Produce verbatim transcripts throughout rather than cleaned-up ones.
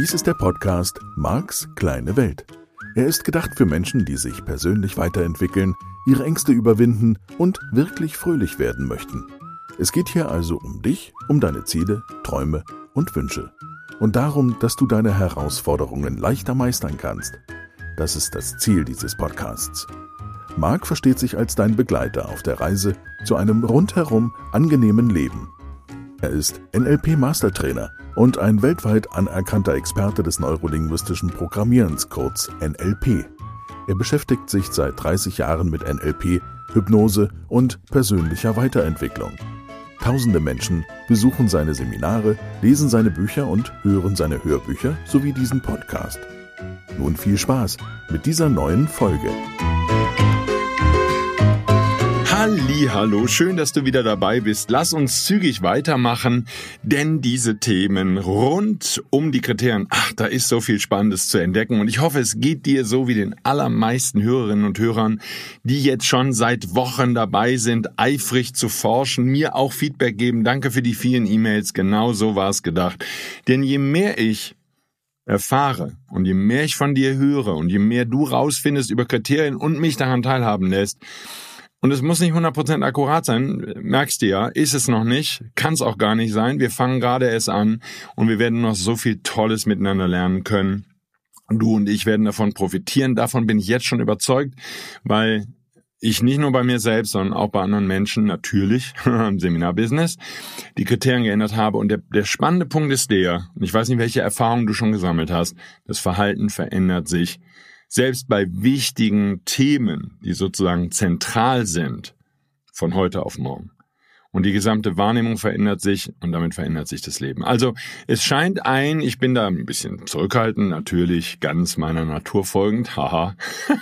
Dies ist der Podcast Marks kleine Welt. Er ist gedacht für Menschen, die sich persönlich weiterentwickeln, ihre Ängste überwinden und wirklich fröhlich werden möchten. Es geht hier also um dich, um deine Ziele, Träume und Wünsche. Und darum, dass du deine Herausforderungen leichter meistern kannst. Das ist das Ziel dieses Podcasts. Mark versteht sich als dein Begleiter auf der Reise zu einem rundherum angenehmen Leben. Er ist N L P-Mastertrainer und ein weltweit anerkannter Experte des neurolinguistischen Programmierens, kurz N L P. Er beschäftigt sich seit dreißig Jahren mit N L P, Hypnose und persönlicher Weiterentwicklung. Tausende Menschen besuchen seine Seminare, lesen seine Bücher und hören seine Hörbücher sowie diesen Podcast. Nun viel Spaß mit dieser neuen Folge. Hallihallo, schön, dass du wieder dabei bist. Lass uns zügig weitermachen, denn diese Themen rund um die Kriterien, ach, da ist so viel Spannendes zu entdecken und ich hoffe, es geht dir so wie den allermeisten Hörerinnen und Hörern, die jetzt schon seit Wochen dabei sind, eifrig zu forschen, mir auch Feedback geben. Danke für die vielen E-Mails, genau so war es gedacht. Denn je mehr ich erfahre und je mehr ich von dir höre und je mehr du rausfindest über Kriterien und mich daran teilhaben lässt, und es muss nicht hundert Prozent akkurat sein, merkst du ja, ist es noch nicht, kann es auch gar nicht sein. Wir fangen gerade erst an und wir werden noch so viel Tolles miteinander lernen können. Du und ich werden davon profitieren, davon bin ich jetzt schon überzeugt, weil ich nicht nur bei mir selbst, sondern auch bei anderen Menschen natürlich im Seminarbusiness die Kriterien geändert habe. Und der, der spannende Punkt ist der, und ich weiß nicht, welche Erfahrungen du schon gesammelt hast, das Verhalten verändert sich. Selbst bei wichtigen Themen, die sozusagen zentral sind, von heute auf morgen. Und die gesamte Wahrnehmung verändert sich und damit verändert sich das Leben. Also es scheint ein, ich bin da ein bisschen zurückhaltend, natürlich ganz meiner Natur folgend, haha.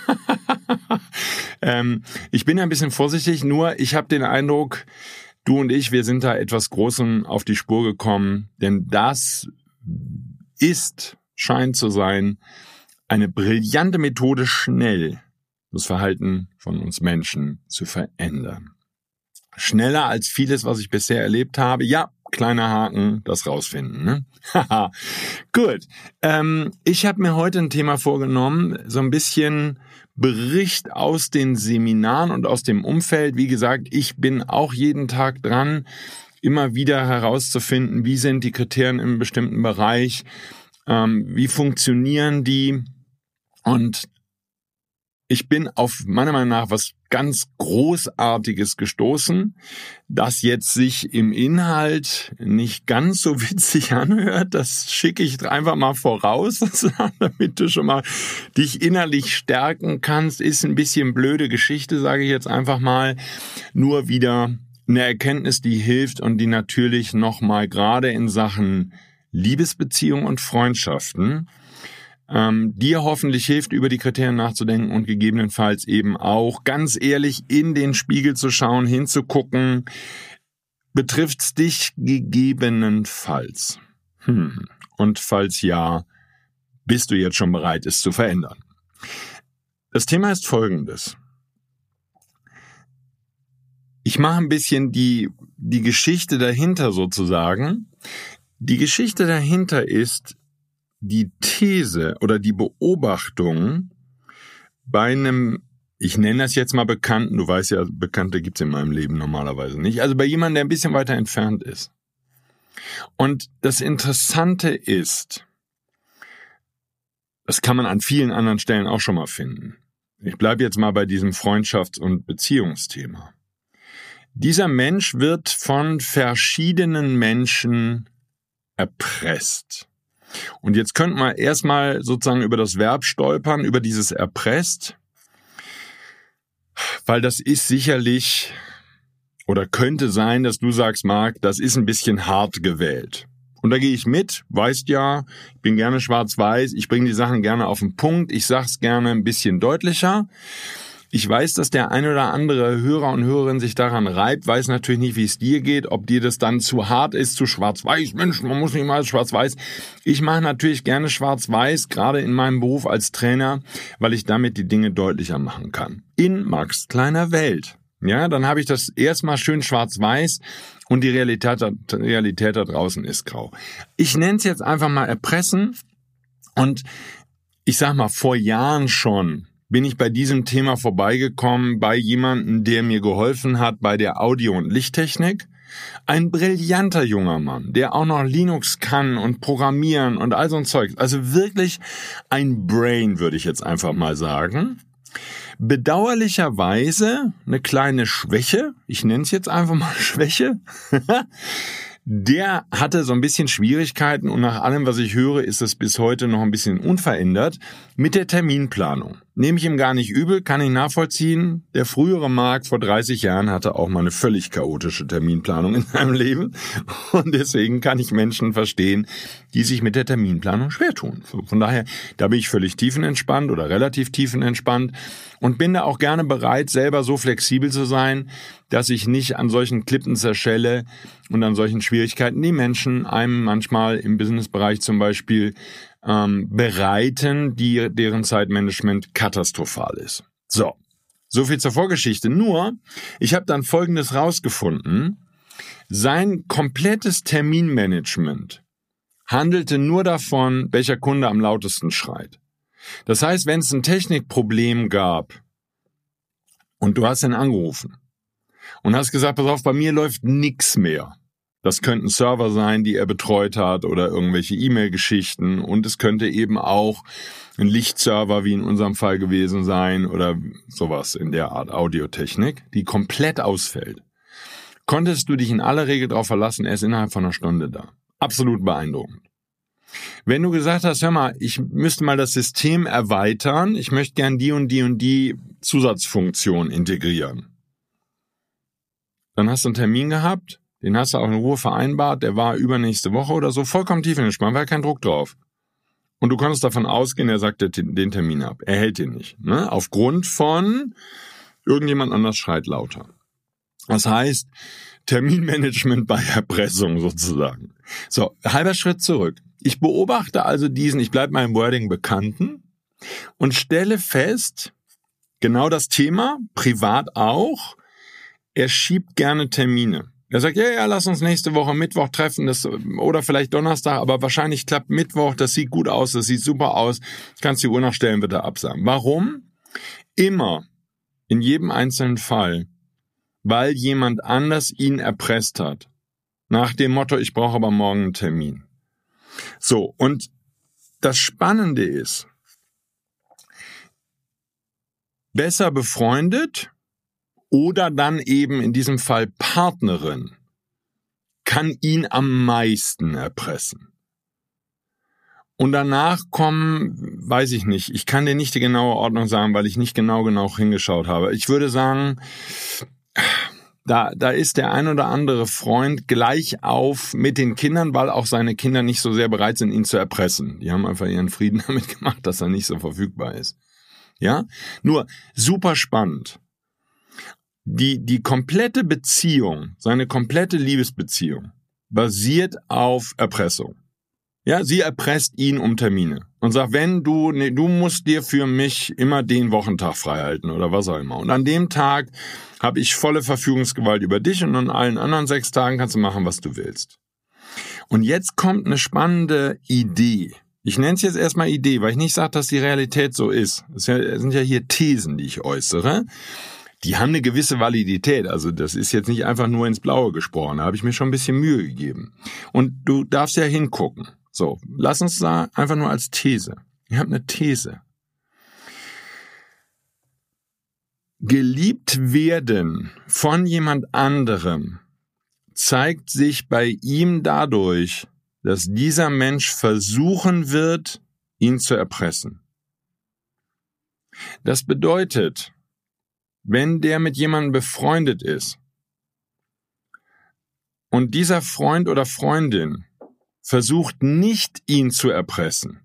ähm, ich bin ein bisschen vorsichtig, nur ich habe den Eindruck, du und ich, wir sind da etwas Großem auf die Spur gekommen, denn das ist, scheint zu sein, eine brillante Methode, schnell das Verhalten von uns Menschen zu verändern. Schneller als vieles, was ich bisher erlebt habe. Ja, kleiner Haken, das rausfinden. Ne? Haha, gut. Ähm, ich habe mir heute ein Thema vorgenommen, so ein bisschen Bericht aus den Seminaren und aus dem Umfeld. Wie gesagt, ich bin auch jeden Tag dran, immer wieder herauszufinden, wie sind die Kriterien im bestimmten Bereich, ähm, wie funktionieren die. Und ich bin auf meiner Meinung nach was ganz Großartiges gestoßen, das jetzt sich im Inhalt nicht ganz so witzig anhört. Das schicke ich einfach mal voraus, damit du schon mal dich innerlich stärken kannst. Ist ein bisschen blöde Geschichte, sage ich jetzt einfach mal. Nur wieder eine Erkenntnis, die hilft und die natürlich nochmal gerade in Sachen Liebesbeziehungen und Freundschaften ähm, dir hoffentlich hilft, über die Kriterien nachzudenken und gegebenenfalls eben auch ganz ehrlich in den Spiegel zu schauen, hinzugucken, betrifft's dich gegebenenfalls? Hm. Und falls ja, bist du jetzt schon bereit, es zu verändern? Das Thema ist folgendes. Ich mache ein bisschen die, die Geschichte dahinter sozusagen. Die Geschichte dahinter ist die These oder die Beobachtung bei einem, ich nenne das jetzt mal Bekannten, du weißt ja, Bekannte gibt's in meinem Leben normalerweise nicht, also bei jemandem, der ein bisschen weiter entfernt ist. Und das Interessante ist, das kann man an vielen anderen Stellen auch schon mal finden. Ich bleibe jetzt mal bei diesem Freundschafts- und Beziehungsthema. Dieser Mensch wird von verschiedenen Menschen erpresst. Und jetzt könnten wir erstmal sozusagen über das Verb stolpern, über dieses erpresst, weil das ist sicherlich oder könnte sein, dass du sagst, Marc, das ist ein bisschen hart gewählt. Und da gehe ich mit, weißt ja, ich bin gerne schwarz-weiß, ich bringe die Sachen gerne auf den Punkt, ich sag's gerne ein bisschen deutlicher. Ich weiß, dass der ein oder andere Hörer und Hörerin sich daran reibt, weiß natürlich nicht, wie es dir geht, ob dir das dann zu hart ist, zu schwarz-weiß. Mensch, man muss nicht mal schwarz-weiß. Ich mache natürlich gerne schwarz-weiß, gerade in meinem Beruf als Trainer, weil ich damit die Dinge deutlicher machen kann. In Marks kleiner Welt. Ja, dann habe ich das erstmal schön schwarz-weiß und die Realität, Realität da draußen ist grau. Ich nenne es jetzt einfach mal erpressen. Und ich sag mal, vor Jahren schon bin ich bei diesem Thema vorbeigekommen bei jemandem, der mir geholfen hat bei der Audio- und Lichttechnik. Ein brillanter junger Mann, der auch noch Linux kann und programmieren und all so ein Zeug. Also wirklich ein Brain, würde ich jetzt einfach mal sagen. Bedauerlicherweise eine kleine Schwäche, ich nenne es jetzt einfach mal Schwäche, der hatte so ein bisschen Schwierigkeiten und nach allem, was ich höre, ist es bis heute noch ein bisschen unverändert mit der Terminplanung. Nehme ich ihm gar nicht übel, kann ich nachvollziehen. Der frühere Marc vor dreißig Jahren hatte auch mal eine völlig chaotische Terminplanung in seinem Leben und deswegen kann ich Menschen verstehen, die sich mit der Terminplanung schwer tun. Von daher, da bin ich völlig tiefenentspannt oder relativ tiefenentspannt und bin da auch gerne bereit, selber so flexibel zu sein, dass ich nicht an solchen Klippen zerschelle und an solchen Schwierigkeiten, die Menschen einem manchmal im Businessbereich zum Beispiel ähm, bereiten, die, deren Zeitmanagement katastrophal ist. So, so viel zur Vorgeschichte. Nur, ich habe dann Folgendes rausgefunden. Sein komplettes Terminmanagement handelte nur davon, welcher Kunde am lautesten schreit. Das heißt, wenn es ein Technikproblem gab und du hast ihn angerufen und hast gesagt, pass auf, bei mir läuft nix mehr. Das könnten Server sein, die er betreut hat oder irgendwelche E-Mail-Geschichten und es könnte eben auch ein Lichtserver wie in unserem Fall gewesen sein oder sowas in der Art Audiotechnik, die komplett ausfällt. Konntest du dich in aller Regel darauf verlassen, er ist innerhalb von einer Stunde da. Absolut beeindruckend. Wenn du gesagt hast, hör mal, ich müsste mal das System erweitern, ich möchte gern die und die und die Zusatzfunktion integrieren. Dann hast du einen Termin gehabt, den hast du auch in Ruhe vereinbart, der war übernächste Woche oder so, vollkommen tiefenentspannt, war kein Druck drauf. Und du konntest davon ausgehen, er sagt den Termin ab. Er hält den nicht, ne? Aufgrund von irgendjemand anders schreit lauter. Das heißt, Terminmanagement bei Erpressung sozusagen. So, halber Schritt zurück. Ich beobachte also diesen, ich bleibe meinem Wording Bekannten und stelle fest, genau das Thema, privat auch, er schiebt gerne Termine. Er sagt, ja, ja, lass uns nächste Woche Mittwoch treffen, das, oder vielleicht Donnerstag, aber wahrscheinlich klappt Mittwoch, das sieht gut aus, das sieht super aus, kannst die Uhr nachstellen, wird er absagen. Warum? Immer, in jedem einzelnen Fall, weil jemand anders ihn erpresst hat. Nach dem Motto, ich brauche aber morgen einen Termin. So, und das Spannende ist, besser befreundet oder dann eben in diesem Fall Partnerin kann ihn am meisten erpressen. Und danach kommen, weiß ich nicht, ich kann dir nicht die genaue Ordnung sagen, weil ich nicht genau genau hingeschaut habe. Ich würde sagen, Da, da ist der ein oder andere Freund gleich auf mit den Kindern, weil auch seine Kinder nicht so sehr bereit sind, ihn zu erpressen. Die haben einfach ihren Frieden damit gemacht, dass er nicht so verfügbar ist. Ja? Nur, super spannend. Die, die komplette Beziehung, seine komplette Liebesbeziehung, basiert auf Erpressung. Ja, sie erpresst ihn um Termine und sagt, wenn du, nee, du musst dir für mich immer den Wochentag freihalten oder was auch immer. Und an dem Tag habe ich volle Verfügungsgewalt über dich und an allen anderen sechs Tagen kannst du machen, was du willst. Und jetzt kommt eine spannende Idee. Ich nenne es jetzt erstmal Idee, weil ich nicht sage, dass die Realität so ist. Es sind ja hier Thesen, die ich äußere. Die haben eine gewisse Validität, also das ist jetzt nicht einfach nur ins Blaue gesprochen, da habe ich mir schon ein bisschen Mühe gegeben. Und du darfst ja hingucken. So, lass uns da einfach nur als These. Ich habe eine These. Geliebt werden von jemand anderem zeigt sich bei ihm dadurch, dass dieser Mensch versuchen wird, ihn zu erpressen. Das bedeutet, wenn der mit jemandem befreundet ist und dieser Freund oder Freundin versucht nicht, ihn zu erpressen,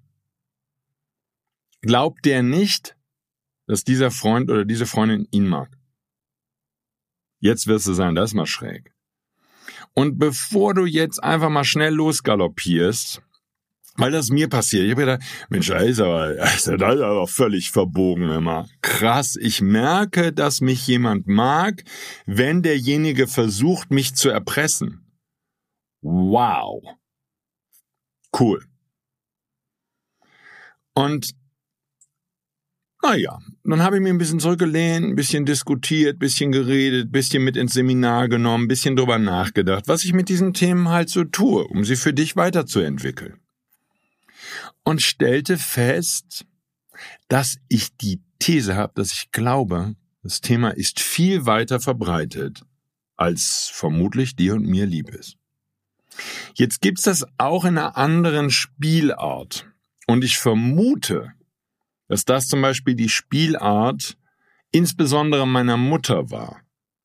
glaubt der nicht, dass dieser Freund oder diese Freundin ihn mag. Jetzt wirst du sagen, das ist mal schräg. Und bevor du jetzt einfach mal schnell losgaloppierst, weil das mir passiert, ich habe gedacht, Mensch, das ist aber, das ist aber völlig verbogen immer. Krass, ich merke, dass mich jemand mag, wenn derjenige versucht, mich zu erpressen. Wow. Cool. Und naja, dann habe ich mich ein bisschen zurückgelehnt, ein bisschen diskutiert, ein bisschen geredet, ein bisschen mit ins Seminar genommen, ein bisschen drüber nachgedacht, was ich mit diesen Themen halt so tue, um sie für dich weiterzuentwickeln. Und stellte fest, dass ich die These habe, dass ich glaube, das Thema ist viel weiter verbreitet, als vermutlich dir und mir lieb ist. Jetzt gibt's das auch in einer anderen Spielart. Und ich vermute, dass das zum Beispiel die Spielart insbesondere meiner Mutter war.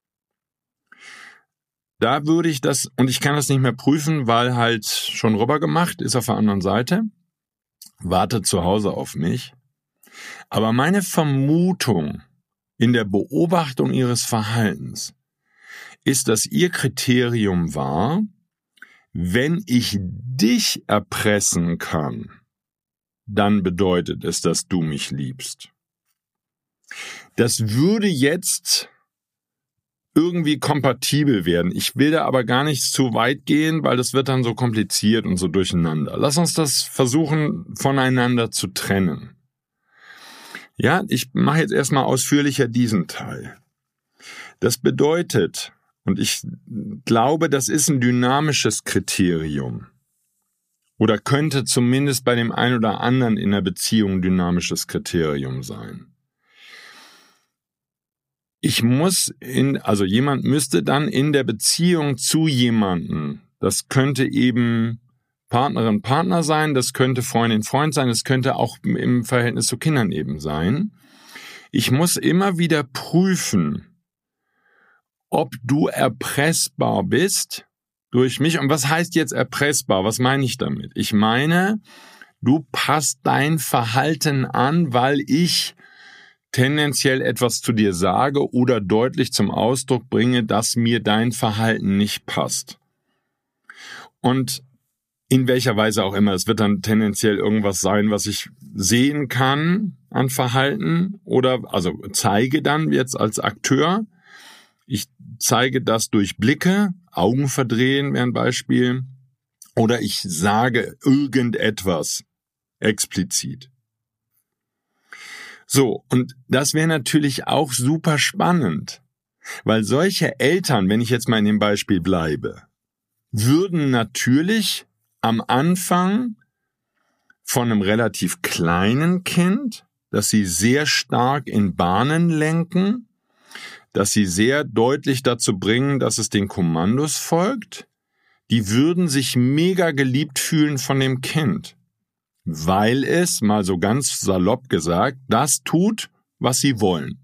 Da würde ich das, und ich kann das nicht mehr prüfen, weil halt schon rüber gemacht, ist auf der anderen Seite, wartet zu Hause auf mich. Aber meine Vermutung in der Beobachtung ihres Verhaltens ist, dass ihr Kriterium war, wenn ich dich erpressen kann, dann bedeutet es, dass du mich liebst. Das würde jetzt irgendwie kompatibel werden. Ich will da aber gar nicht zu weit gehen, weil das wird dann so kompliziert und so durcheinander. Lass uns das versuchen, voneinander zu trennen. Ja, ich mache jetzt erstmal ausführlicher diesen Teil. Das bedeutet, und ich glaube, das ist ein dynamisches Kriterium, oder könnte zumindest bei dem einen oder anderen in der Beziehung ein dynamisches Kriterium sein. Ich muss in, also jemand müsste dann in der Beziehung zu jemandem, das könnte eben Partnerin, Partner sein, das könnte Freundin, Freund sein, das könnte auch im Verhältnis zu Kindern eben sein. Ich muss immer wieder prüfen, ob du erpressbar bist durch mich. Und was heißt jetzt erpressbar? Was meine ich damit? Ich meine, du passt dein Verhalten an, weil ich tendenziell etwas zu dir sage oder deutlich zum Ausdruck bringe, dass mir dein Verhalten nicht passt. Und in welcher Weise auch immer, es wird dann tendenziell irgendwas sein, was ich sehen kann an Verhalten oder also zeige dann jetzt als Akteur. Ich zeige das durch Blicke, Augen verdrehen wäre ein Beispiel, oder ich sage irgendetwas explizit. So, und das wäre natürlich auch super spannend, weil solche Eltern, wenn ich jetzt mal in dem Beispiel bleibe, würden natürlich am Anfang von einem relativ kleinen Kind, das sie sehr stark in Bahnen lenken, dass sie sehr deutlich dazu bringen, dass es den Kommandos folgt, die würden sich mega geliebt fühlen von dem Kind, weil es, mal so ganz salopp gesagt, das tut, was sie wollen.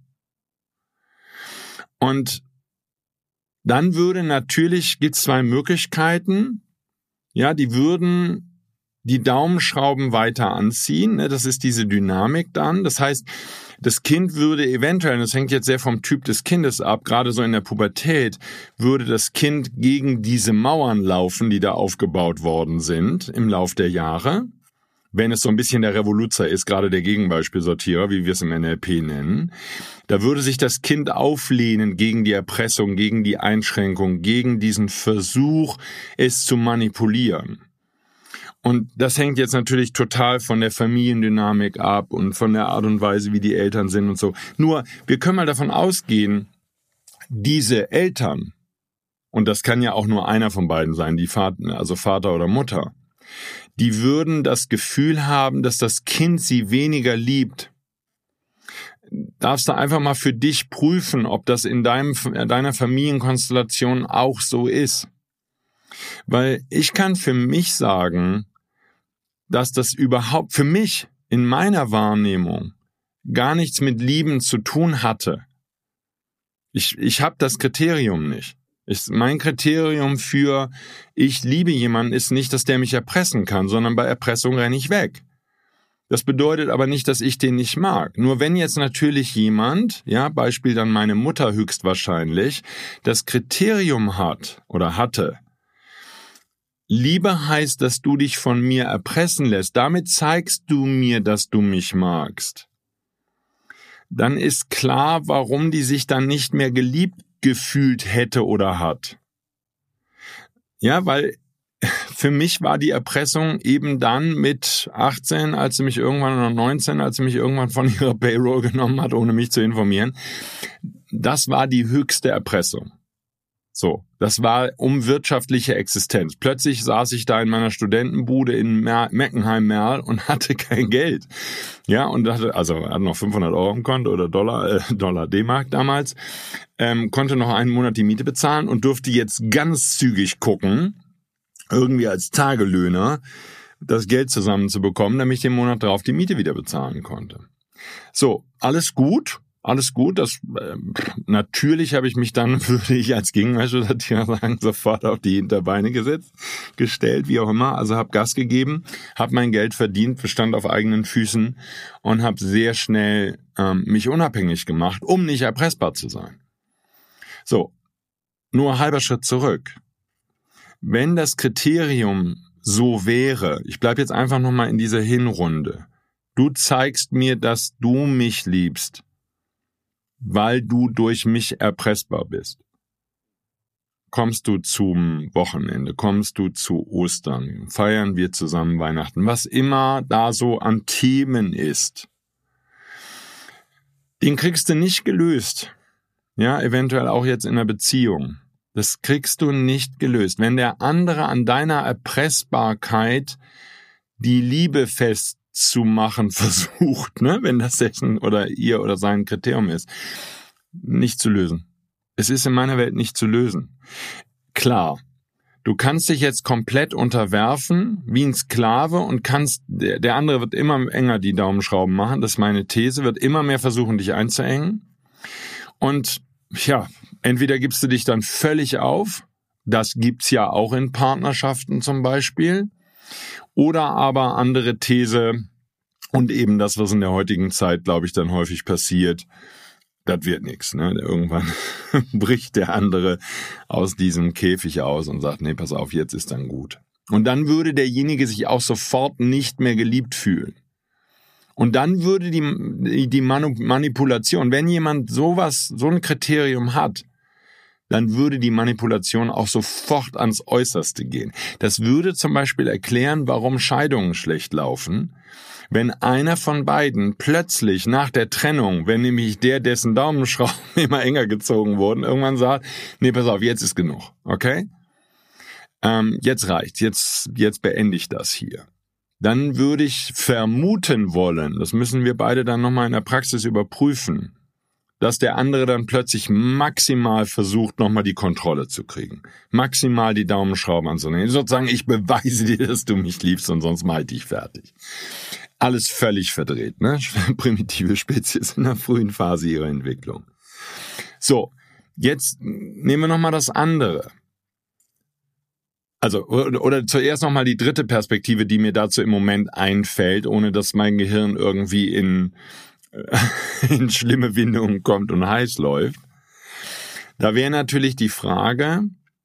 Und dann würde natürlich, gibt es zwei Möglichkeiten, ja, die würden die Daumenschrauben weiter anziehen, ne, das ist diese Dynamik dann, das heißt, das Kind würde eventuell, und das hängt jetzt sehr vom Typ des Kindes ab, gerade so in der Pubertät, würde das Kind gegen diese Mauern laufen, die da aufgebaut worden sind im Lauf der Jahre, wenn es so ein bisschen der Revoluzer ist, gerade der Gegenbeispielsortierer, wie wir es im N L P nennen. Da würde sich das Kind auflehnen gegen die Erpressung, gegen die Einschränkung, gegen diesen Versuch, es zu manipulieren. Und das hängt jetzt natürlich total von der Familiendynamik ab und von der Art und Weise, wie die Eltern sind und so. Nur, wir können mal davon ausgehen, diese Eltern, und das kann ja auch nur einer von beiden sein, die Vater, also Vater oder Mutter, die würden das Gefühl haben, dass das Kind sie weniger liebt. Darfst du einfach mal für dich prüfen, ob das in deinem, deiner Familienkonstellation auch so ist. Weil ich kann für mich sagen, dass das überhaupt für mich in meiner Wahrnehmung gar nichts mit Lieben zu tun hatte. Ich, ich habe das Kriterium nicht. Ich, mein Kriterium für ich liebe jemanden ist nicht, dass der mich erpressen kann, sondern bei Erpressung renne ich weg. Das bedeutet aber nicht, dass ich den nicht mag. Nur wenn jetzt natürlich jemand, ja, Beispiel dann meine Mutter höchstwahrscheinlich, das Kriterium hat oder hatte, Liebe heißt, dass du dich von mir erpressen lässt. Damit zeigst du mir, dass du mich magst. Dann ist klar, warum die sich dann nicht mehr geliebt gefühlt hätte oder hat. Ja, weil für mich war die Erpressung eben dann mit achtzehn, als sie mich irgendwann, oder neunzehn, als sie mich irgendwann von ihrer Payroll genommen hat, ohne mich zu informieren. Das war die höchste Erpressung. So, das war um wirtschaftliche Existenz. Plötzlich saß ich da in meiner Studentenbude in Mer- Meckenheim-Merl und hatte kein Geld. Ja, und hatte, also hatte noch fünfhundert Euro im Konto oder Dollar, äh, Dollar D-Mark damals, ähm, konnte noch einen Monat die Miete bezahlen und durfte jetzt ganz zügig gucken, irgendwie als Tagelöhner, das Geld zusammenzubekommen, damit ich den Monat darauf die Miete wieder bezahlen konnte. So, alles gut. Alles gut, das äh, natürlich habe ich mich dann, würde ich als Gegenmeister sagen, sofort auf die Hinterbeine gesetzt, gestellt, wie auch immer. Also habe Gas gegeben, habe mein Geld verdient, bestand auf eigenen Füßen und habe sehr schnell ähm, mich unabhängig gemacht, um nicht erpressbar zu sein. So, nur halber Schritt zurück. Wenn das Kriterium so wäre, ich bleibe jetzt einfach nochmal in dieser Hinrunde, du zeigst mir, dass du mich liebst, weil du durch mich erpressbar bist. Kommst du zum Wochenende, kommst du zu Ostern, feiern wir zusammen Weihnachten, was immer da so an Themen ist, den kriegst du nicht gelöst. Ja, eventuell auch jetzt in einer Beziehung. Das kriegst du nicht gelöst. Wenn der andere an deiner Erpressbarkeit die Liebe fest zu machen versucht, ne, wenn das dessen oder ihr oder sein Kriterium ist, nicht zu lösen. Es ist in meiner Welt nicht zu lösen. Klar, du kannst dich jetzt komplett unterwerfen, wie ein Sklave und kannst, der, der andere wird immer enger die Daumenschrauben machen, das ist meine These, wird immer mehr versuchen, dich einzuengen. Und ja, entweder gibst du dich dann völlig auf, das gibt's ja auch in Partnerschaften zum Beispiel, oder aber andere These und eben das, was in der heutigen Zeit, glaube ich, dann häufig passiert, das wird nichts. Ne? Irgendwann bricht der andere aus diesem Käfig aus und sagt, nee, pass auf, jetzt ist dann gut. Und dann würde derjenige sich auch sofort nicht mehr geliebt fühlen. Und dann würde die, die Manipulation, wenn jemand sowas, so ein Kriterium hat, dann würde die Manipulation auch sofort ans Äußerste gehen. Das würde zum Beispiel erklären, warum Scheidungen schlecht laufen, wenn einer von beiden plötzlich nach der Trennung, wenn nämlich der, dessen Daumenschrauben immer enger gezogen wurden, irgendwann sagt, nee, pass auf, jetzt ist genug, okay? Ähm, jetzt reicht's, jetzt, jetzt beende ich das hier. Dann würde ich vermuten wollen, das müssen wir beide dann nochmal in der Praxis überprüfen, dass der andere dann plötzlich maximal versucht, nochmal die Kontrolle zu kriegen. Maximal die Daumenschrauben anzunehmen. Sozusagen, ich beweise dir, dass du mich liebst und sonst mach ich dich fertig. Alles völlig verdreht, ne? Primitive Spezies in der frühen Phase ihrer Entwicklung. So, jetzt nehmen wir nochmal das andere. Also, oder, oder zuerst nochmal die dritte Perspektive, die mir dazu im Moment einfällt, ohne dass mein Gehirn irgendwie in in schlimme Windungen kommt und heiß läuft. Da wäre natürlich die Frage,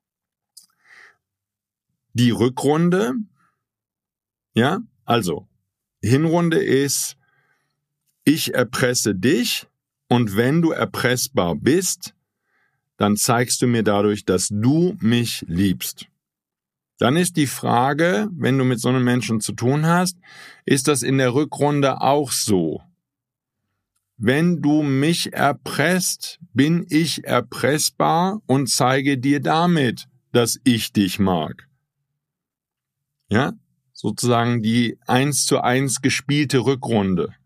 die Rückrunde, ja, also Hinrunde ist, ich erpresse dich und wenn du erpressbar bist, dann zeigst du mir dadurch, dass du mich liebst. Dann ist die Frage, wenn du mit so einem Menschen zu tun hast, ist das in der Rückrunde auch so? Wenn du mich erpresst, bin ich erpressbar und zeige dir damit, dass ich dich mag. Ja, sozusagen die eins zu eins gespielte Rückrunde.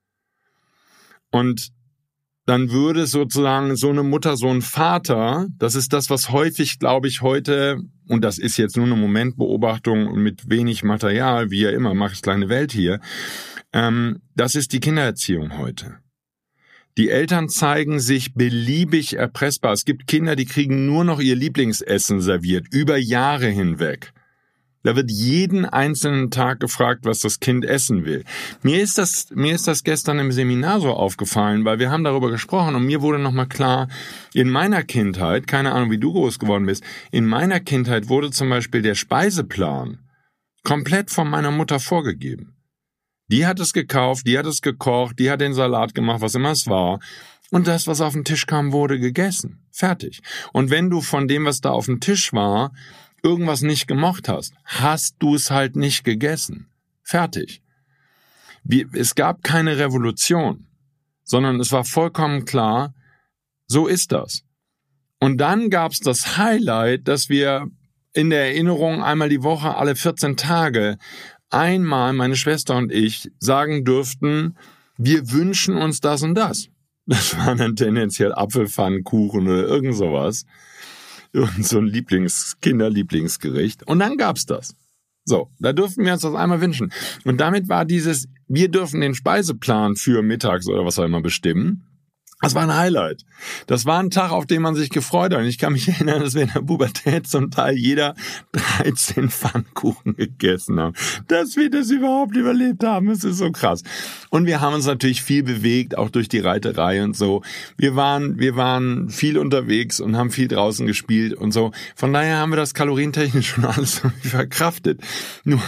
Und dann würde sozusagen so eine Mutter, so ein Vater, das ist das, was häufig, glaube ich, heute, und das ist jetzt nur eine Momentbeobachtung mit wenig Material, wie ja immer, Max kleine Welt hier, ähm, das ist die Kindererziehung heute. Die Eltern zeigen sich beliebig erpressbar. Es gibt Kinder, die kriegen nur noch ihr Lieblingsessen serviert, über Jahre hinweg. Da wird jeden einzelnen Tag gefragt, was das Kind essen will. Mir ist das, mir ist das gestern im Seminar so aufgefallen, weil wir haben darüber gesprochen und mir wurde nochmal klar, in meiner Kindheit, keine Ahnung, wie du groß geworden bist, in meiner Kindheit wurde zum Beispiel der Speiseplan komplett von meiner Mutter vorgegeben. Die hat es gekauft, die hat es gekocht, die hat den Salat gemacht, was immer es war. Und das, was auf den Tisch kam, wurde gegessen. Fertig. Und wenn du von dem, was da auf dem Tisch war, irgendwas nicht gemocht hast, hast du es halt nicht gegessen. Fertig. Wir, es gab keine Revolution, sondern es war vollkommen klar, so ist das. Und dann gab es das Highlight, dass wir in der Erinnerung einmal die Woche, alle vierzehn Tage, einmal, meine Schwester und ich, sagen dürften, wir wünschen uns das und das. Das war dann tendenziell Apfelpfannkuchen oder irgend sowas. Irgend so ein Lieblings-, Kinderlieblingsgericht. Und dann gab's das. So, da durften wir uns das einmal wünschen. Und damit war dieses, wir dürfen den Speiseplan für mittags oder was auch immer bestimmen. Das war ein Highlight. Das war ein Tag, auf den man sich gefreut hat. Und ich kann mich erinnern, dass wir in der Pubertät zum Teil jeder dreizehn Pfannkuchen gegessen haben. Dass wir das überhaupt überlebt haben, das ist so krass. Und wir haben uns natürlich viel bewegt, auch durch die Reiterei und so. Wir waren, wir waren viel unterwegs und haben viel draußen gespielt und so. Von daher haben wir das kalorientechnisch schon alles irgendwie verkraftet. Nur,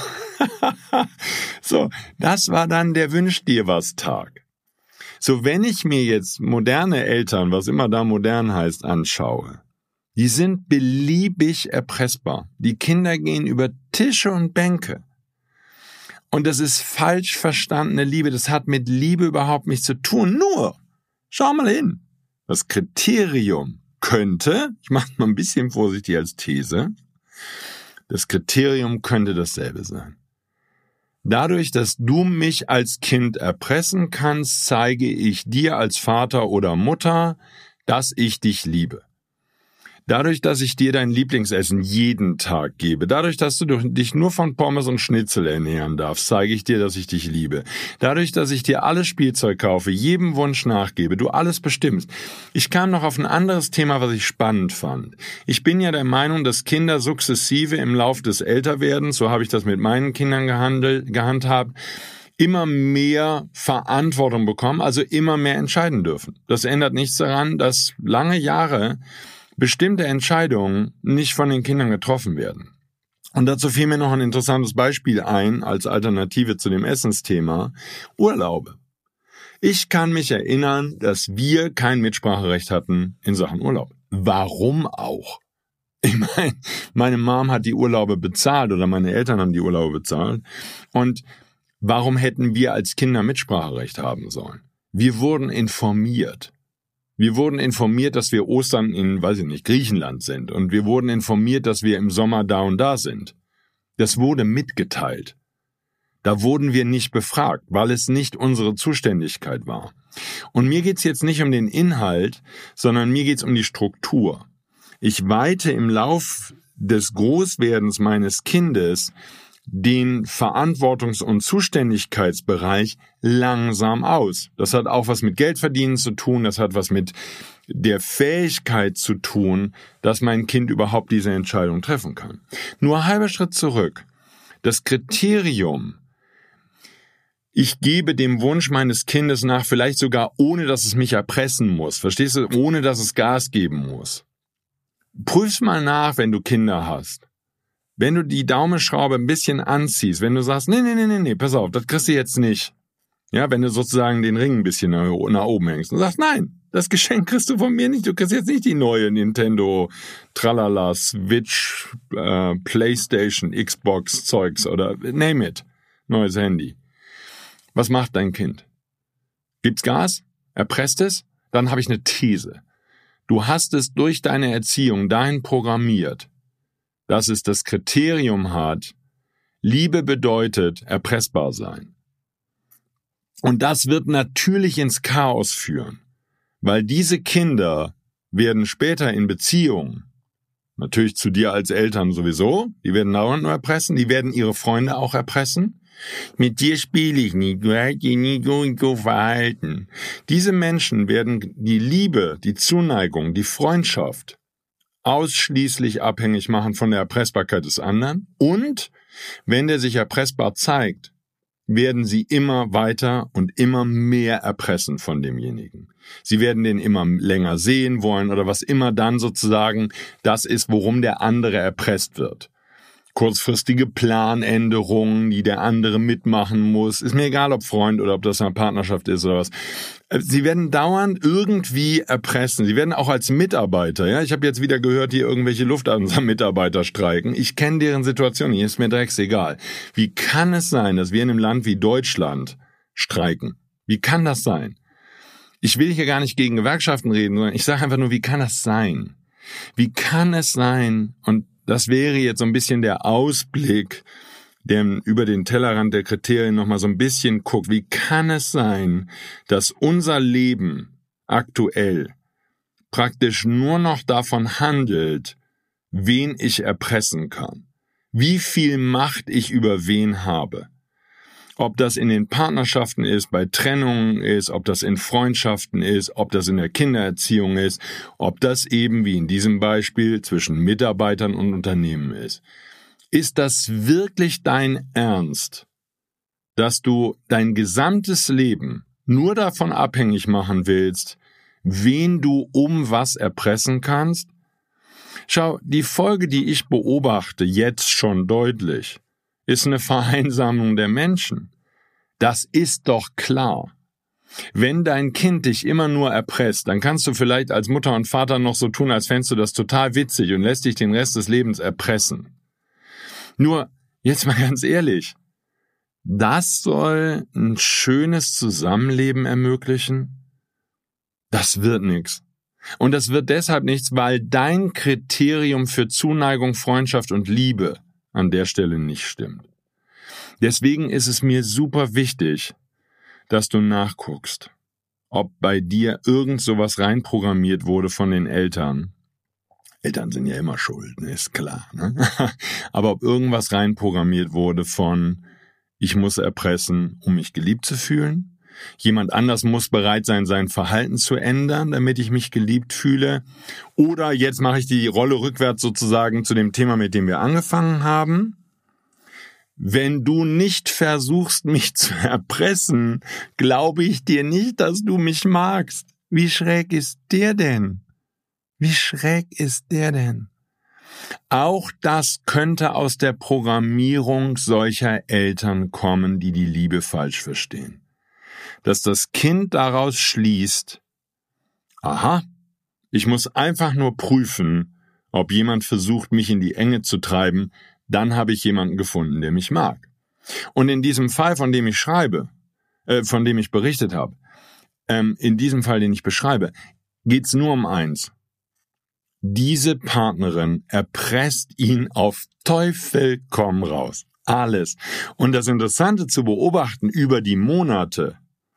so, das war dann der Wünsch-dir-was-Tag. So, wenn ich mir jetzt moderne Eltern, was immer da modern heißt, anschaue, die sind beliebig erpressbar. Die Kinder gehen über Tische und Bänke. Und das ist falsch verstandene Liebe. Das hat mit Liebe überhaupt nichts zu tun. Nur, schau mal hin. Das Kriterium könnte, ich mache mal ein bisschen vorsichtig als These, das Kriterium könnte dasselbe sein. Dadurch, dass du mich als Kind erpressen kannst, zeige ich dir als Vater oder Mutter, dass ich dich liebe. Dadurch, dass ich dir dein Lieblingsessen jeden Tag gebe, dadurch, dass du dich nur von Pommes und Schnitzel ernähren darfst, zeige ich dir, dass ich dich liebe. Dadurch, dass ich dir alles Spielzeug kaufe, jedem Wunsch nachgebe, du alles bestimmst. Ich kam noch auf ein anderes Thema, was ich spannend fand. Ich bin ja der Meinung, dass Kinder sukzessive im Lauf des Älterwerdens, so habe ich das mit meinen Kindern gehandelt, gehandhabt, immer mehr Verantwortung bekommen, also immer mehr entscheiden dürfen. Das ändert nichts daran, dass lange Jahre bestimmte Entscheidungen nicht von den Kindern getroffen werden. Und dazu fiel mir noch ein interessantes Beispiel ein, als Alternative zu dem Essensthema: Urlaube. Ich kann mich erinnern, dass wir kein Mitspracherecht hatten in Sachen Urlaub. Warum auch? Ich meine, meine Mom hat die Urlaube bezahlt oder meine Eltern haben die Urlaube bezahlt. Und warum hätten wir als Kinder Mitspracherecht haben sollen? Wir wurden informiert. Wir wurden informiert, dass wir Ostern in, weiß ich nicht, Griechenland sind. Und wir wurden informiert, dass wir im Sommer da und da sind. Das wurde mitgeteilt. Da wurden wir nicht befragt, weil es nicht unsere Zuständigkeit war. Und mir geht's jetzt nicht um den Inhalt, sondern mir geht's um die Struktur. Ich weite im Lauf des Großwerdens meines Kindes den Verantwortungs- und Zuständigkeitsbereich langsam aus. Das hat auch was mit Geldverdienen zu tun, das hat was mit der Fähigkeit zu tun, dass mein Kind überhaupt diese Entscheidung treffen kann. Nur ein halber Schritt zurück. Das Kriterium, ich gebe dem Wunsch meines Kindes nach, vielleicht sogar ohne, dass es mich erpressen muss, verstehst du, ohne, dass es Gas geben muss. Prüf's mal nach, wenn du Kinder hast. Wenn du die Daumenschraube ein bisschen anziehst, wenn du sagst, nee, nee, nee, nee, nee, pass auf, das kriegst du jetzt nicht. Ja, wenn du sozusagen den Ring ein bisschen nach, nach oben hängst und sagst, nein, das Geschenk kriegst du von mir nicht, du kriegst jetzt nicht die neue Nintendo, Tralala, Switch, äh, Playstation, Xbox, Zeugs oder name it, neues Handy. Was macht dein Kind? Gibt's Gas? Erpresst es? Dann habe ich eine These. Du hast es durch deine Erziehung dahin programmiert, dass es das Kriterium hat, Liebe bedeutet erpressbar sein. Und das wird natürlich ins Chaos führen, weil diese Kinder werden später in Beziehungen, natürlich zu dir als Eltern sowieso, die werden dauernd nur erpressen, die werden ihre Freunde auch erpressen. Mit dir spiele ich nicht, du hast dich nie so und so verhalten. Diese Menschen werden die Liebe, die Zuneigung, die Freundschaft ausschließlich abhängig machen von der Erpressbarkeit des anderen. Und wenn der sich erpressbar zeigt, werden sie immer weiter und immer mehr erpressen von demjenigen. Sie werden den immer länger sehen wollen oder was immer dann sozusagen das ist, worum der andere erpresst wird. kurzfristige Planänderungen, die der andere mitmachen muss. Ist mir egal, ob Freund oder ob das eine Partnerschaft ist oder was. Sie werden dauernd irgendwie erpressen. Sie werden auch als Mitarbeiter, ja, ich habe jetzt wieder gehört, hier irgendwelche Lufthansa-Mitarbeiter streiken. Ich kenne deren Situation, hier ist mir drecksegal. Wie kann es sein, dass wir in einem Land wie Deutschland streiken? Wie kann das sein? Ich will hier gar nicht gegen Gewerkschaften reden, sondern ich sage einfach nur, wie kann das sein? Wie kann es sein, und das wäre jetzt so ein bisschen der Ausblick, der über den Tellerrand der Kriterien nochmal so ein bisschen guckt. Wie kann es sein, dass unser Leben aktuell praktisch nur noch davon handelt, wen ich erpressen kann? Wie viel Macht ich über wen habe? Ob das in den Partnerschaften ist, bei Trennungen ist, ob das in Freundschaften ist, ob das in der Kindererziehung ist, ob das eben wie in diesem Beispiel zwischen Mitarbeitern und Unternehmen ist. Ist das wirklich dein Ernst, dass du dein gesamtes Leben nur davon abhängig machen willst, wen du um was erpressen kannst? Schau, die Folge, die ich beobachte, jetzt schon deutlich, ist eine Vereinsamung der Menschen. Das ist doch klar. Wenn dein Kind dich immer nur erpresst, dann kannst du vielleicht als Mutter und Vater noch so tun, als fändest du das total witzig und lässt dich den Rest des Lebens erpressen. Nur, jetzt mal ganz ehrlich, das soll ein schönes Zusammenleben ermöglichen? Das wird nichts. Und das wird deshalb nichts, weil dein Kriterium für Zuneigung, Freundschaft und Liebe an der Stelle nicht stimmt. Deswegen ist es mir super wichtig, dass du nachguckst, ob bei dir irgend sowas reinprogrammiert wurde von den Eltern. Eltern sind ja immer schuld, ne? Ist klar. Ne? Aber ob irgendwas reinprogrammiert wurde von, ich muss erpressen, um mich geliebt zu fühlen. Jemand anders muss bereit sein, sein Verhalten zu ändern, damit ich mich geliebt fühle. Oder jetzt mache ich die Rolle rückwärts sozusagen zu dem Thema, mit dem wir angefangen haben. Wenn du nicht versuchst, mich zu erpressen, glaube ich dir nicht, dass du mich magst. Wie schräg ist der denn? Wie schräg ist der denn? Auch das könnte aus der Programmierung solcher Eltern kommen, die die Liebe falsch verstehen. Dass das Kind daraus schließt, aha, ich muss einfach nur prüfen, ob jemand versucht, mich in die Enge zu treiben, dann habe ich jemanden gefunden, der mich mag. Und in diesem Fall, von dem ich schreibe, äh, von dem ich berichtet habe, ähm, in diesem Fall, den ich beschreibe, geht's nur um eins. Diese Partnerin erpresst ihn auf Teufel komm raus. Alles. Und das Interessante zu beobachten über die Monate,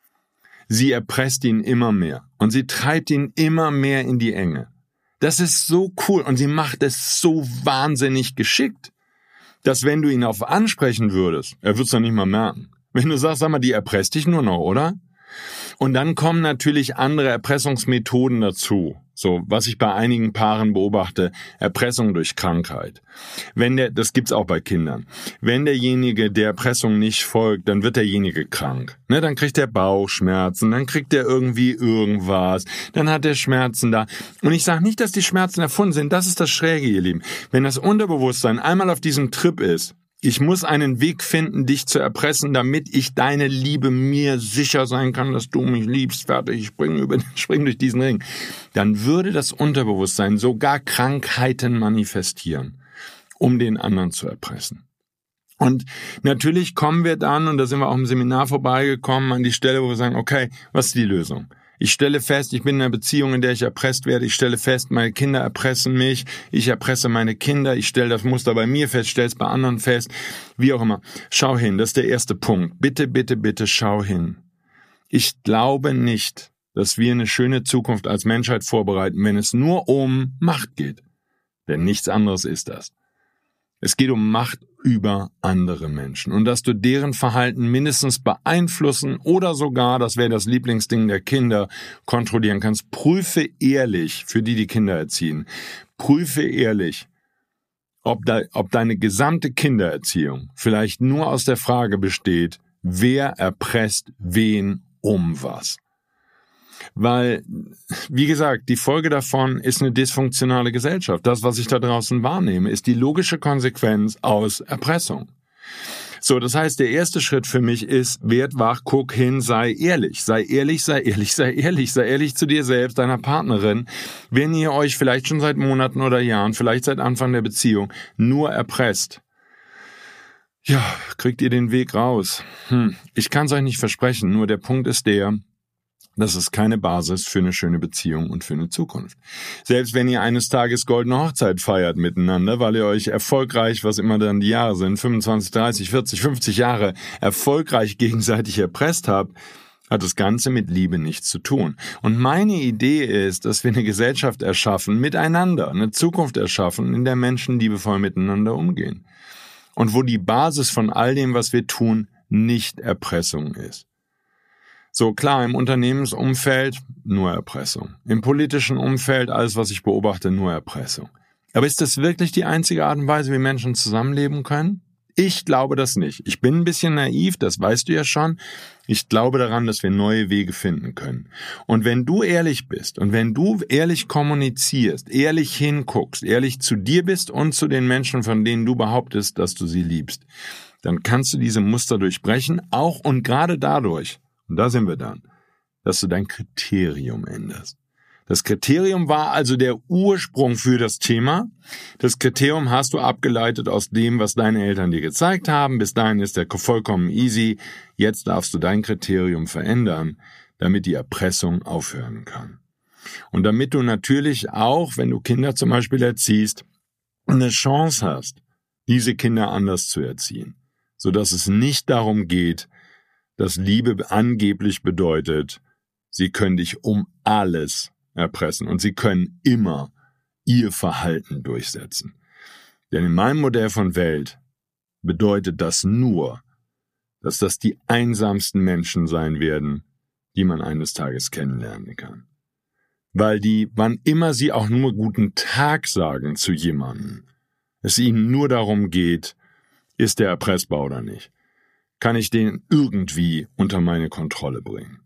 sie erpresst ihn immer mehr und sie treibt ihn immer mehr in die Enge. Das ist so cool und sie macht es so wahnsinnig geschickt, dass wenn du ihn auf ansprechen würdest, er wird es doch nicht mal merken. Wenn du sagst, sag mal, die erpresst dich nur noch, oder? Und dann kommen natürlich andere Erpressungsmethoden dazu. So, was ich bei einigen Paaren beobachte, Erpressung durch Krankheit. Wenn der, das gibt's auch bei Kindern. Wenn derjenige der Erpressung nicht folgt, dann wird derjenige krank. Ne, dann kriegt er Bauchschmerzen, dann kriegt er irgendwie irgendwas, dann hat er Schmerzen da. Und ich sage nicht, dass die Schmerzen erfunden sind, das ist das Schräge, ihr Lieben. Wenn das Unterbewusstsein einmal auf diesem Trip ist, ich muss einen Weg finden, dich zu erpressen, damit ich deine Liebe mir sicher sein kann, dass du mich liebst. Fertig, ich springe über, spring durch diesen Ring. Dann würde das Unterbewusstsein sogar Krankheiten manifestieren, um den anderen zu erpressen. Und natürlich kommen wir dann, und da sind wir auch im Seminar vorbeigekommen, an die Stelle, wo wir sagen, okay, was ist die Lösung? Ich stelle fest, ich bin in einer Beziehung, in der ich erpresst werde. Ich stelle fest, meine Kinder erpressen mich. Ich erpresse meine Kinder. Ich stelle das Muster bei mir fest, stelle es bei anderen fest. Wie auch immer. Schau hin, das ist der erste Punkt. Bitte, bitte, bitte schau hin. Ich glaube nicht, dass wir eine schöne Zukunft als Menschheit vorbereiten, wenn es nur um Macht geht. Denn nichts anderes ist das. Es geht um Macht über andere Menschen und dass du deren Verhalten mindestens beeinflussen oder sogar, das wäre das Lieblingsding der Kinder, kontrollieren kannst. Prüfe ehrlich, für die die Kinder erziehen, prüfe ehrlich, ob, de, ob deine gesamte Kindererziehung vielleicht nur aus der Frage besteht, wer erpresst wen um was. Weil, wie gesagt, die Folge davon ist eine dysfunktionale Gesellschaft. Das, was ich da draußen wahrnehme, ist die logische Konsequenz aus Erpressung. So, das heißt, der erste Schritt für mich ist, werd wach, guck hin, sei ehrlich. Sei ehrlich, sei ehrlich, sei ehrlich. Sei ehrlich zu dir selbst, deiner Partnerin. Wenn ihr euch vielleicht schon seit Monaten oder Jahren, vielleicht seit Anfang der Beziehung, nur erpresst, ja, kriegt ihr den Weg raus. Hm, ich kann es euch nicht versprechen, nur der Punkt ist der, das ist keine Basis für eine schöne Beziehung und für eine Zukunft. Selbst wenn ihr eines Tages goldene Hochzeit feiert miteinander, weil ihr euch erfolgreich, was immer dann die Jahre sind, fünfundzwanzig, dreißig, vierzig, fünfzig Jahre erfolgreich gegenseitig erpresst habt, hat das Ganze mit Liebe nichts zu tun. Und meine Idee ist, dass wir eine Gesellschaft erschaffen, miteinander, eine Zukunft erschaffen, in der Menschen liebevoll miteinander umgehen. Und wo die Basis von all dem, was wir tun, nicht Erpressung ist. So klar, im Unternehmensumfeld nur Erpressung. Im politischen Umfeld, alles was ich beobachte, nur Erpressung. Aber ist das wirklich die einzige Art und Weise, wie Menschen zusammenleben können? Ich glaube das nicht. Ich bin ein bisschen naiv, das weißt du ja schon. Ich glaube daran, dass wir neue Wege finden können. Und wenn du ehrlich bist und wenn du ehrlich kommunizierst, ehrlich hinguckst, ehrlich zu dir bist und zu den Menschen, von denen du behauptest, dass du sie liebst, dann kannst du diese Muster durchbrechen, auch und gerade dadurch, und da sind wir dann, dass du dein Kriterium änderst. Das Kriterium war also der Ursprung für das Thema. Das Kriterium hast du abgeleitet aus dem, was deine Eltern dir gezeigt haben. Bis dahin ist der vollkommen easy. Jetzt darfst du dein Kriterium verändern, damit die Erpressung aufhören kann. Und damit du natürlich auch, wenn du Kinder zum Beispiel erziehst, eine Chance hast, diese Kinder anders zu erziehen, sodass es nicht darum geht, dass Liebe angeblich bedeutet, sie können dich um alles erpressen und sie können immer ihr Verhalten durchsetzen. Denn in meinem Modell von Welt bedeutet das nur, dass das die einsamsten Menschen sein werden, die man eines Tages kennenlernen kann. Weil die, wann immer sie auch nur guten Tag sagen zu jemandem, es ihnen nur darum geht, ist der erpressbar oder nicht. Kann ich den irgendwie unter meine Kontrolle bringen?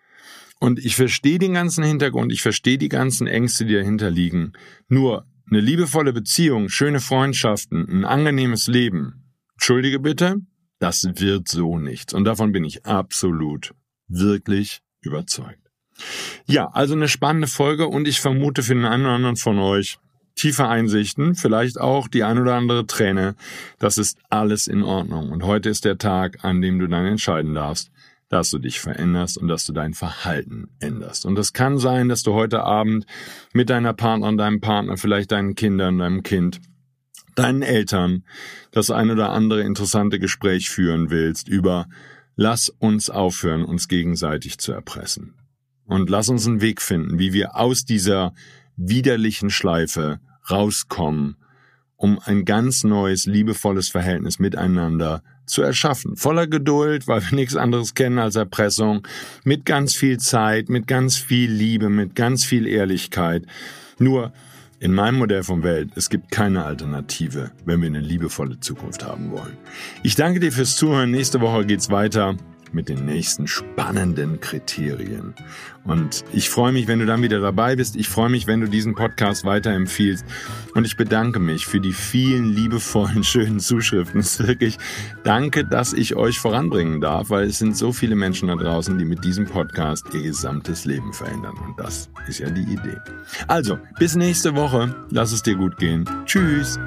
Und ich verstehe den ganzen Hintergrund, ich verstehe die ganzen Ängste, die dahinter liegen. Nur eine liebevolle Beziehung, schöne Freundschaften, ein angenehmes Leben, entschuldige bitte, das wird so nichts. Und davon bin ich absolut, wirklich überzeugt. Ja, also eine spannende Folge und ich vermute für den einen oder anderen von euch tiefe Einsichten, vielleicht auch die ein oder andere Träne. Das ist alles in Ordnung. Und heute ist der Tag, an dem du dann entscheiden darfst, dass du dich veränderst und dass du dein Verhalten änderst. Und es kann sein, dass du heute Abend mit deiner Partnerin, deinem Partner, vielleicht deinen Kindern, deinem Kind, deinen Eltern das ein oder andere interessante Gespräch führen willst über lass uns aufhören, uns gegenseitig zu erpressen. Und lass uns einen Weg finden, wie wir aus dieser widerlichen Schleife rauskommen, um ein ganz neues, liebevolles Verhältnis miteinander zu erschaffen. Voller Geduld, weil wir nichts anderes kennen als Erpressung, mit ganz viel Zeit, mit ganz viel Liebe, mit ganz viel Ehrlichkeit. Nur in meinem Modell von Welt, es gibt keine Alternative, wenn wir eine liebevolle Zukunft haben wollen. Ich danke dir fürs Zuhören. Nächste Woche geht's weiter mit den nächsten spannenden Kriterien. Und ich freue mich, wenn du dann wieder dabei bist. Ich freue mich, wenn du diesen Podcast weiterempfiehlst. Und ich bedanke mich für die vielen liebevollen, schönen Zuschriften. Es ist wirklich danke, dass ich euch voranbringen darf, weil es sind so viele Menschen da draußen, die mit diesem Podcast ihr gesamtes Leben verändern. Und das ist ja die Idee. Also, bis nächste Woche. Lass es dir gut gehen. Tschüss.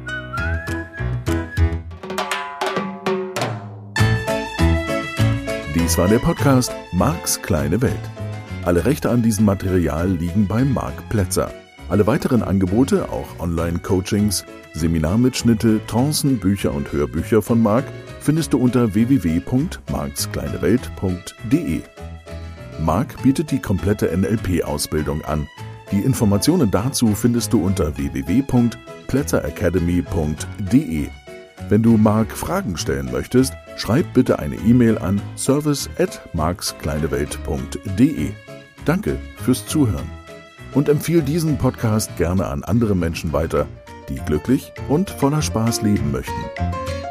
Dies war der Podcast Marks kleine Welt. Alle Rechte an diesem Material liegen bei Marc Plätzer. Alle weiteren Angebote, auch Online-Coachings, Seminarmitschnitte, Trancen, Bücher und Hörbücher von Marc findest du unter w w w punkt marks kleine welt punkt d e. Marc bietet die komplette N L P-Ausbildung an. Die Informationen dazu findest du unter w w w punkt plätzer academy punkt d e. Wenn du Marc Fragen stellen möchtest, schreib bitte eine E-Mail an service at marks kleine welt punkt d e. Danke fürs Zuhören und empfiehl diesen Podcast gerne an andere Menschen weiter, die glücklich und voller Spaß leben möchten.